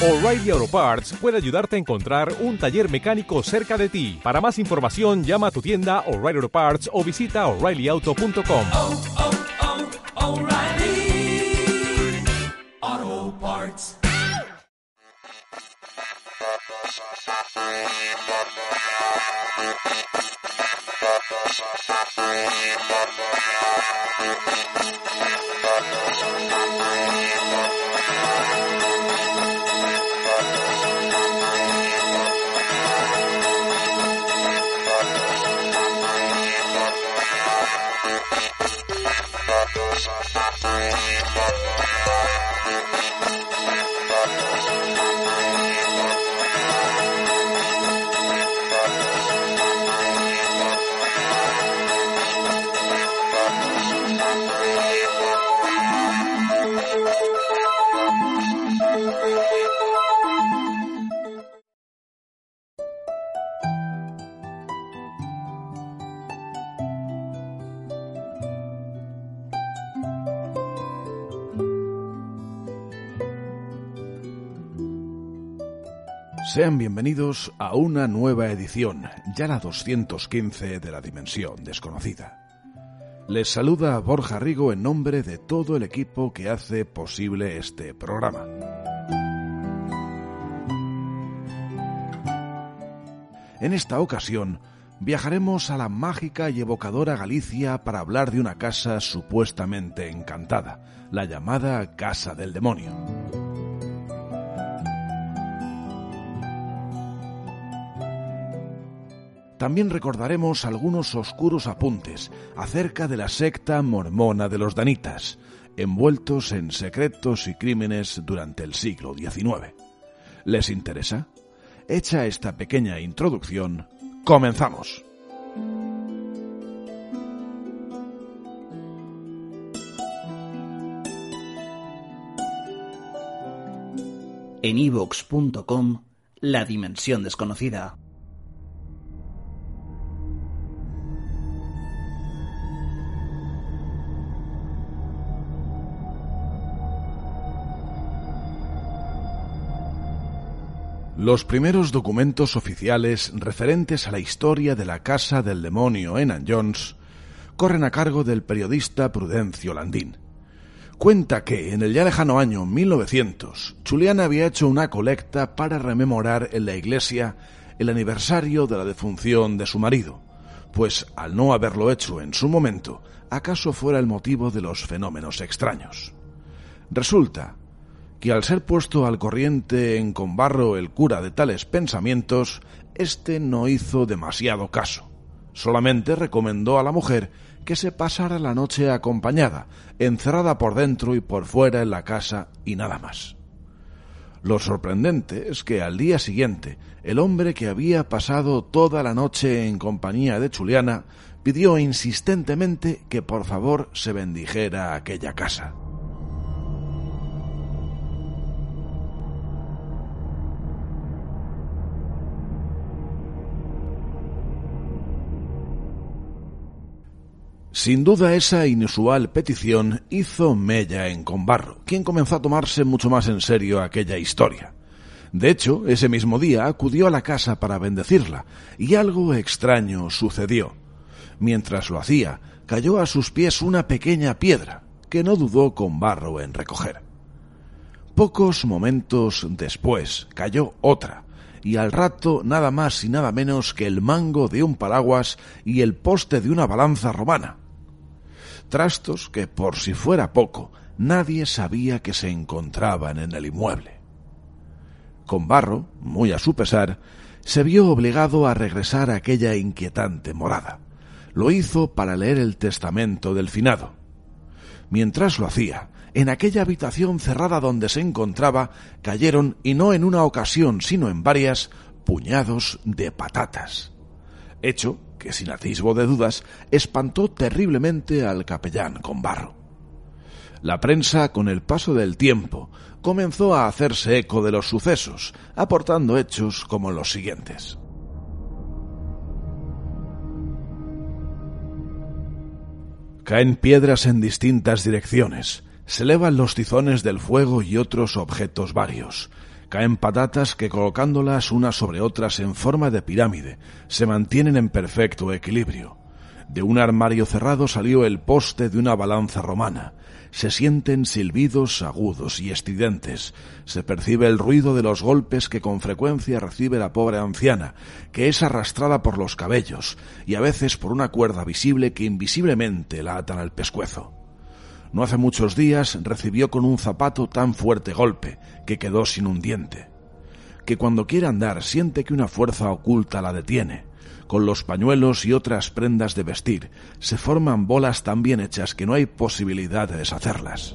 O'Reilly Auto Parts puede ayudarte a encontrar un taller mecánico cerca de ti. Para más información, llama a tu tienda O'Reilly Auto Parts o visita O'ReillyAuto.com. O'Reilly Auto Parts. Sean bienvenidos a una nueva edición, ya la 215 de La Dimensión Desconocida. Les saluda Borja Rigo en nombre de todo el equipo que hace posible este programa. En esta ocasión, viajaremos a la mágica y evocadora Galicia para hablar de una casa supuestamente encantada, la llamada Casa del Demonio. También recordaremos algunos oscuros apuntes acerca de la secta mormona de los Danitas, envueltos en secretos y crímenes durante el siglo XIX. ¿Les interesa? Hecha esta pequeña introducción, ¡comenzamos! En iVoox.com, La Dimensión Desconocida. Los primeros documentos oficiales referentes a la historia de la Casa del Demonio en Anyons corren a cargo del periodista Prudencio Landín. Cuenta que, en el ya lejano año 1900, Juliana había hecho una colecta para rememorar en la iglesia el aniversario de la defunción de su marido, pues al no haberlo hecho en su momento, acaso fuera el motivo de los fenómenos extraños. Resulta que al ser puesto al corriente en Combarro el cura de tales pensamientos, éste no hizo demasiado caso. Solamente recomendó a la mujer que se pasara la noche acompañada, encerrada por dentro y por fuera en la casa y nada más. Lo sorprendente es que al día siguiente, el hombre que había pasado toda la noche en compañía de Juliana pidió insistentemente que por favor se bendijera aquella casa. Sin duda esa inusual petición hizo mella en Combarro, quien comenzó a tomarse mucho más en serio aquella historia. De hecho, ese mismo día acudió a la casa para bendecirla, y algo extraño sucedió. Mientras lo hacía, cayó a sus pies una pequeña piedra, que no dudó Combarro en recoger. Pocos momentos después cayó otra, y al rato nada más y nada menos que el mango de un paraguas y el poste de una balanza romana. Trastos que, por si fuera poco, nadie sabía que se encontraban en el inmueble. Combarro, muy a su pesar, se vio obligado a regresar a aquella inquietante morada. Lo hizo para leer el testamento del finado. Mientras lo hacía, en aquella habitación cerrada donde se encontraba, cayeron, y no en una ocasión sino en varias, puñados de patatas. Hecho que, sin atisbo de dudas, espantó terriblemente al capellán Combarro. La prensa, con el paso del tiempo, comenzó a hacerse eco de los sucesos, aportando hechos como los siguientes. Caen piedras en distintas direcciones, se elevan los tizones del fuego y otros objetos varios. Caen patatas que, colocándolas unas sobre otras en forma de pirámide, se mantienen en perfecto equilibrio. De un armario cerrado salió el poste de una balanza romana. Se sienten silbidos agudos y estridentes. Se percibe el ruido de los golpes que con frecuencia recibe la pobre anciana, que es arrastrada por los cabellos y a veces por una cuerda visible que invisiblemente la atan al pescuezo. No hace muchos días recibió con un zapato tan fuerte golpe que quedó sin un diente. Que cuando quiere andar siente que una fuerza oculta la detiene. Con los pañuelos y otras prendas de vestir se forman bolas tan bien hechas que no hay posibilidad de deshacerlas.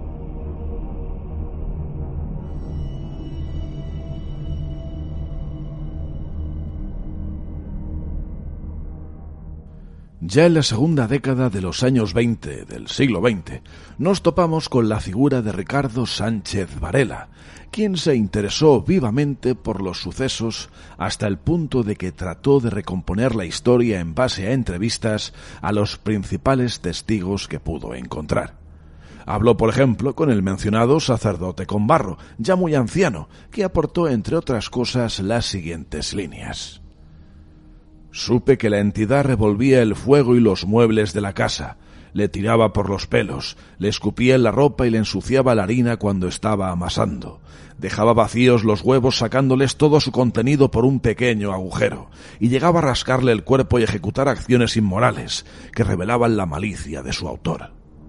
Ya en la segunda década de los años 20 del siglo XX, nos topamos con la figura de Ricardo Sánchez Varela, quien se interesó vivamente por los sucesos hasta el punto de que trató de recomponer la historia en base a entrevistas a los principales testigos que pudo encontrar. Habló, por ejemplo, con el mencionado sacerdote Combarro, ya muy anciano, que aportó, entre otras cosas, las siguientes líneas. Supe que la entidad revolvía el fuego y los muebles de la casa, le tiraba por los pelos, le escupía en la ropa y le ensuciaba la harina cuando estaba amasando. Dejaba vacíos los huevos sacándoles todo su contenido por un pequeño agujero, y llegaba a rascarle el cuerpo y ejecutar acciones inmorales que revelaban la malicia de su autor.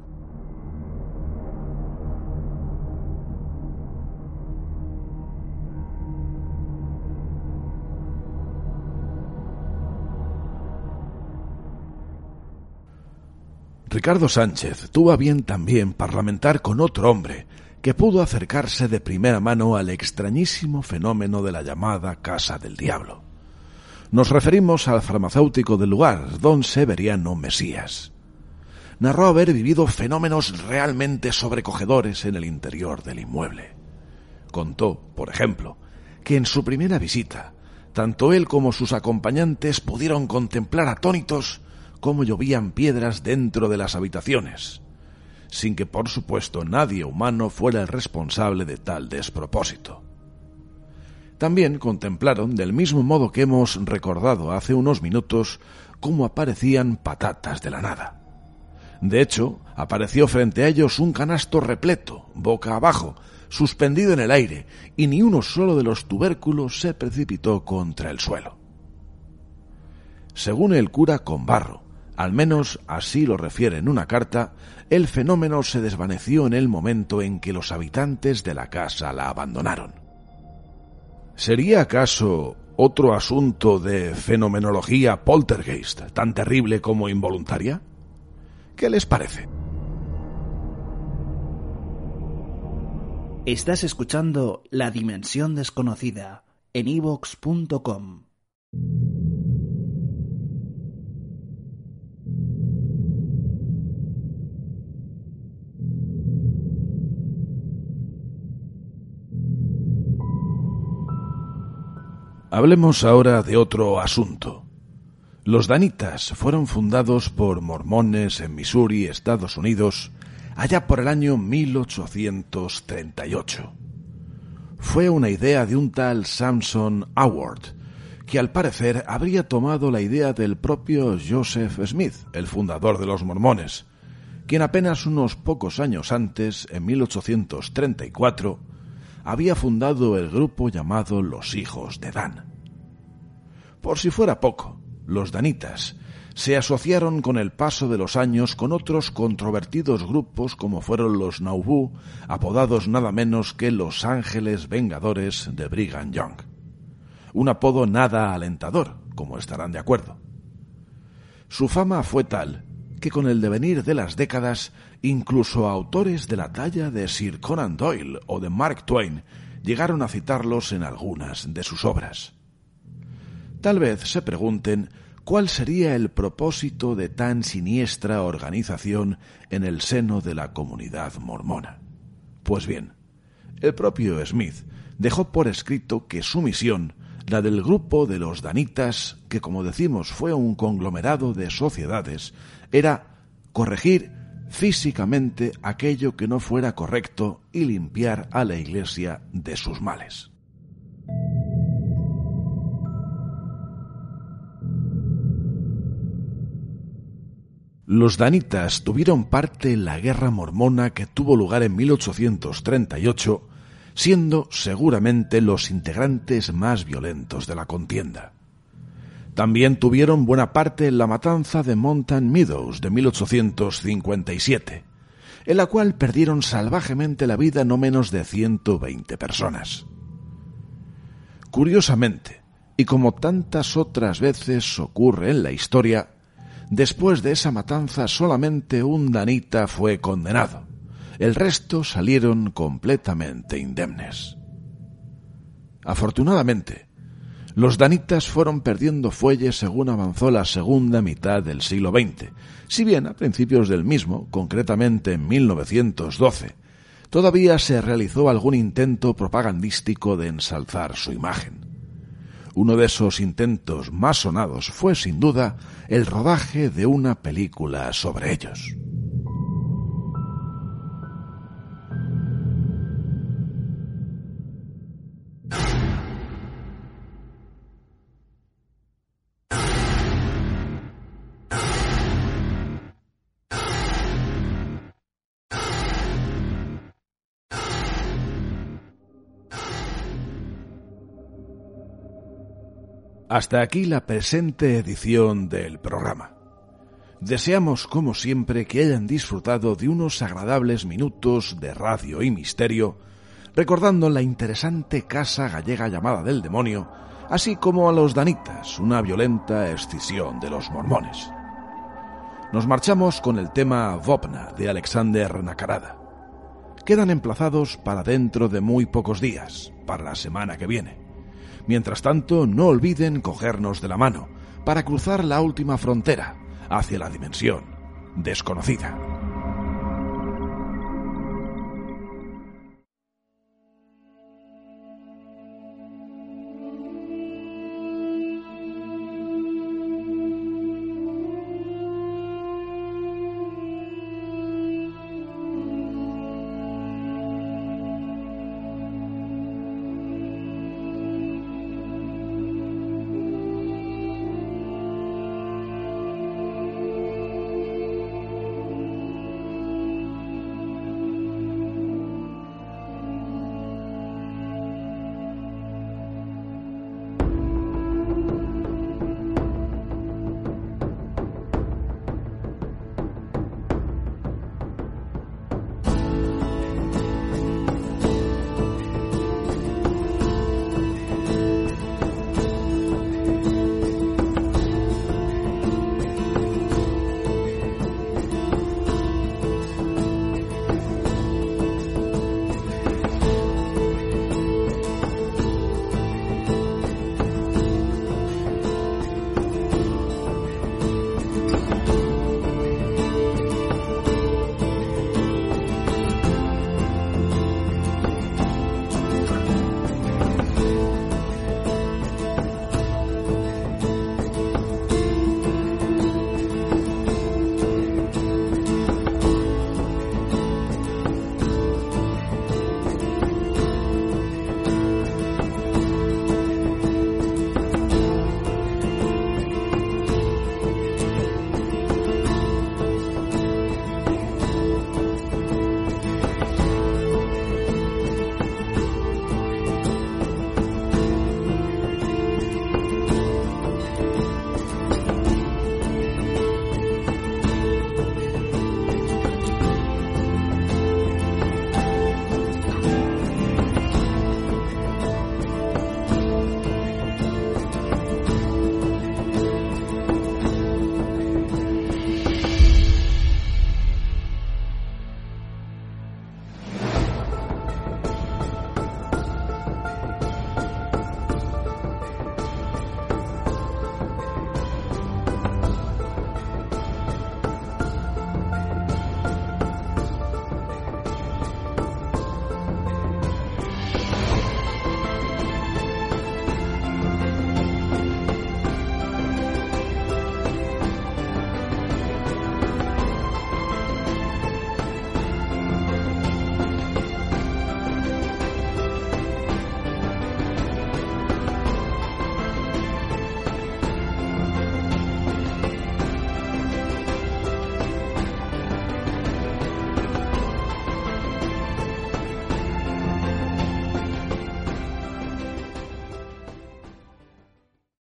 Ricardo Sánchez tuvo a bien también parlamentar con otro hombre que pudo acercarse de primera mano al extrañísimo fenómeno de la llamada Casa del Diablo. Nos referimos al farmacéutico del lugar, don Severiano Mesías. Narró haber vivido fenómenos realmente sobrecogedores en el interior del inmueble. Contó, por ejemplo, que en su primera visita, tanto él como sus acompañantes pudieron contemplar atónitos cómo llovían piedras dentro de las habitaciones, sin que por supuesto nadie humano fuera el responsable de tal despropósito. También contemplaron, del mismo modo que hemos recordado hace unos minutos, cómo aparecían patatas de la nada. De hecho, apareció frente a ellos un canasto repleto, boca abajo, suspendido en el aire, y ni uno solo de los tubérculos se precipitó contra el suelo. Según el cura Combarro, al menos así lo refiere en una carta, el fenómeno se desvaneció en el momento en que los habitantes de la casa la abandonaron. ¿Sería acaso otro asunto de fenomenología poltergeist, tan terrible como involuntaria? ¿Qué les parece? Estás escuchando La Dimensión Desconocida en iVoox.com. Hablemos ahora de otro asunto. Los Danitas fueron fundados por mormones en Missouri, Estados Unidos, allá por el año 1838. Fue una idea de un tal Samson Howard, que al parecer habría tomado la idea del propio Joseph Smith, el fundador de los mormones, quien apenas unos pocos años antes, en 1834, había fundado el grupo llamado Los Hijos de Dan. Por si fuera poco, los Danitas se asociaron con el paso de los años con otros controvertidos grupos como fueron los Nauvoo, apodados nada menos que Los Ángeles Vengadores de Brigham Young. Un apodo nada alentador, como estarán de acuerdo. Su fama fue tal que con el devenir de las décadas, incluso autores de la talla de Sir Conan Doyle o de Mark Twain llegaron a citarlos en algunas de sus obras. Tal vez se pregunten cuál sería el propósito de tan siniestra organización en el seno de la comunidad mormona. Pues bien, el propio Smith dejó por escrito que su misión, la del grupo de los Danitas, que como decimos fue un conglomerado de sociedades, era corregir físicamente aquello que no fuera correcto y limpiar a la Iglesia de sus males. Los danitas tuvieron parte en la guerra mormona que tuvo lugar en 1838, siendo seguramente los integrantes más violentos de la contienda. También tuvieron buena parte en la matanza de Mountain Meadows de 1857, en la cual perdieron salvajemente la vida no menos de 120 personas. Curiosamente, y como tantas otras veces ocurre en la historia, después de esa matanza solamente un danita fue condenado. El resto salieron completamente indemnes. Afortunadamente, los danitas fueron perdiendo fuelle según avanzó la segunda mitad del siglo XX, si bien a principios del mismo, concretamente en 1912, todavía se realizó algún intento propagandístico de ensalzar su imagen. Uno de esos intentos más sonados fue, sin duda, el rodaje de una película sobre ellos. Hasta aquí la presente edición del programa. Deseamos, como siempre, que hayan disfrutado de unos agradables minutos de radio y misterio, recordando la interesante casa gallega llamada del demonio, así como a los danitas, una violenta escisión de los mormones. Nos marchamos con el tema Vopna de Alexander Nakarada. Quedan emplazados para dentro de muy pocos días, para la semana que viene. Mientras tanto, no olviden cogernos de la mano para cruzar la última frontera hacia la dimensión desconocida.